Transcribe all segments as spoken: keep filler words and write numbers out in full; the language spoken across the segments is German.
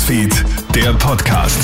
Newsfeed, der Podcast.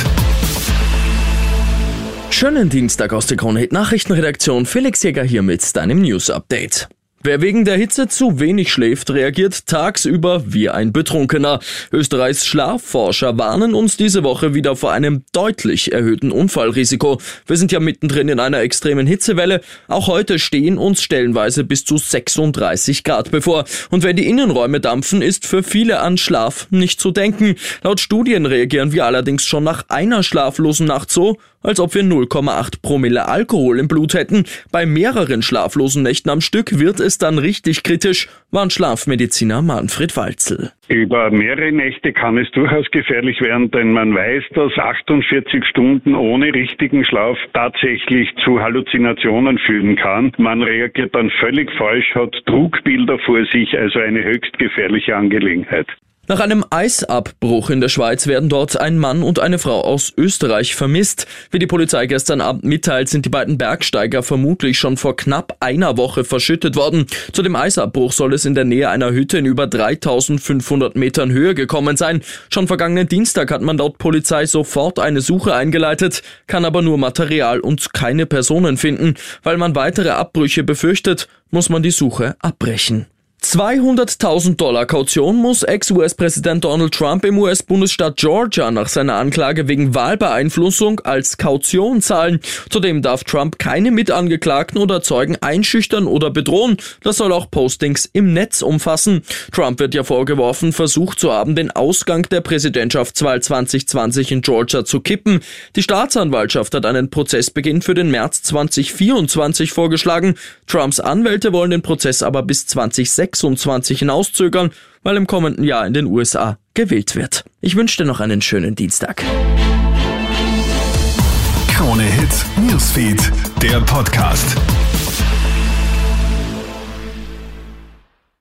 Schönen Dienstag aus der Krone Hit Nachrichtenredaktion. Felix Jäger hier mit deinem News Update. Wer wegen der Hitze zu wenig schläft, reagiert tagsüber wie ein Betrunkener. Österreichs Schlafforscher warnen uns diese Woche wieder vor einem deutlich erhöhten Unfallrisiko. Wir sind ja mittendrin in einer extremen Hitzewelle. Auch heute stehen uns stellenweise bis zu sechsunddreißig Grad bevor. Und wenn die Innenräume dampfen, ist für viele an Schlaf nicht zu denken. Laut Studien reagieren wir allerdings schon nach einer schlaflosen Nacht so, als ob wir null Komma acht Promille Alkohol im Blut hätten. Bei mehreren schlaflosen Nächten am Stück wird es dann richtig kritisch, warnt Schlafmediziner Manfred Walzl. Über mehrere Nächte kann es durchaus gefährlich werden, denn man weiß, dass achtundvierzig Stunden ohne richtigen Schlaf tatsächlich zu Halluzinationen führen kann. Man reagiert dann völlig falsch, hat Trugbilder vor sich, also eine höchst gefährliche Angelegenheit. Nach einem Eisabbruch in der Schweiz werden dort ein Mann und eine Frau aus Österreich vermisst. Wie die Polizei gestern Abend mitteilt, sind die beiden Bergsteiger vermutlich schon vor knapp einer Woche verschüttet worden. Zu dem Eisabbruch soll es in der Nähe einer Hütte in über dreitausendfünfhundert Metern Höhe gekommen sein. Schon vergangenen Dienstag hat man laut Polizei sofort eine Suche eingeleitet, kann aber nur Material und keine Personen finden. Weil man weitere Abbrüche befürchtet, muss man die Suche abbrechen. zweihunderttausend Dollar Kaution muss Ex-U S-Präsident Donald Trump im U S-Bundesstaat Georgia nach seiner Anklage wegen Wahlbeeinflussung als Kaution zahlen. Zudem darf Trump keine Mitangeklagten oder Zeugen einschüchtern oder bedrohen. Das soll auch Postings im Netz umfassen. Trump wird ja vorgeworfen, versucht zu haben, den Ausgang der Präsidentschaftswahl zwanzig zwanzig in Georgia zu kippen. Die Staatsanwaltschaft hat einen Prozessbeginn für den März zweitausendvierundzwanzig vorgeschlagen. Trumps Anwälte wollen den Prozess aber bis zweitausendsechsundzwanzig hinauszögern, weil im kommenden Jahr in den U S A gewählt wird. Ich wünsche dir noch einen schönen Dienstag. Krone Hit Newsfeed, der Podcast.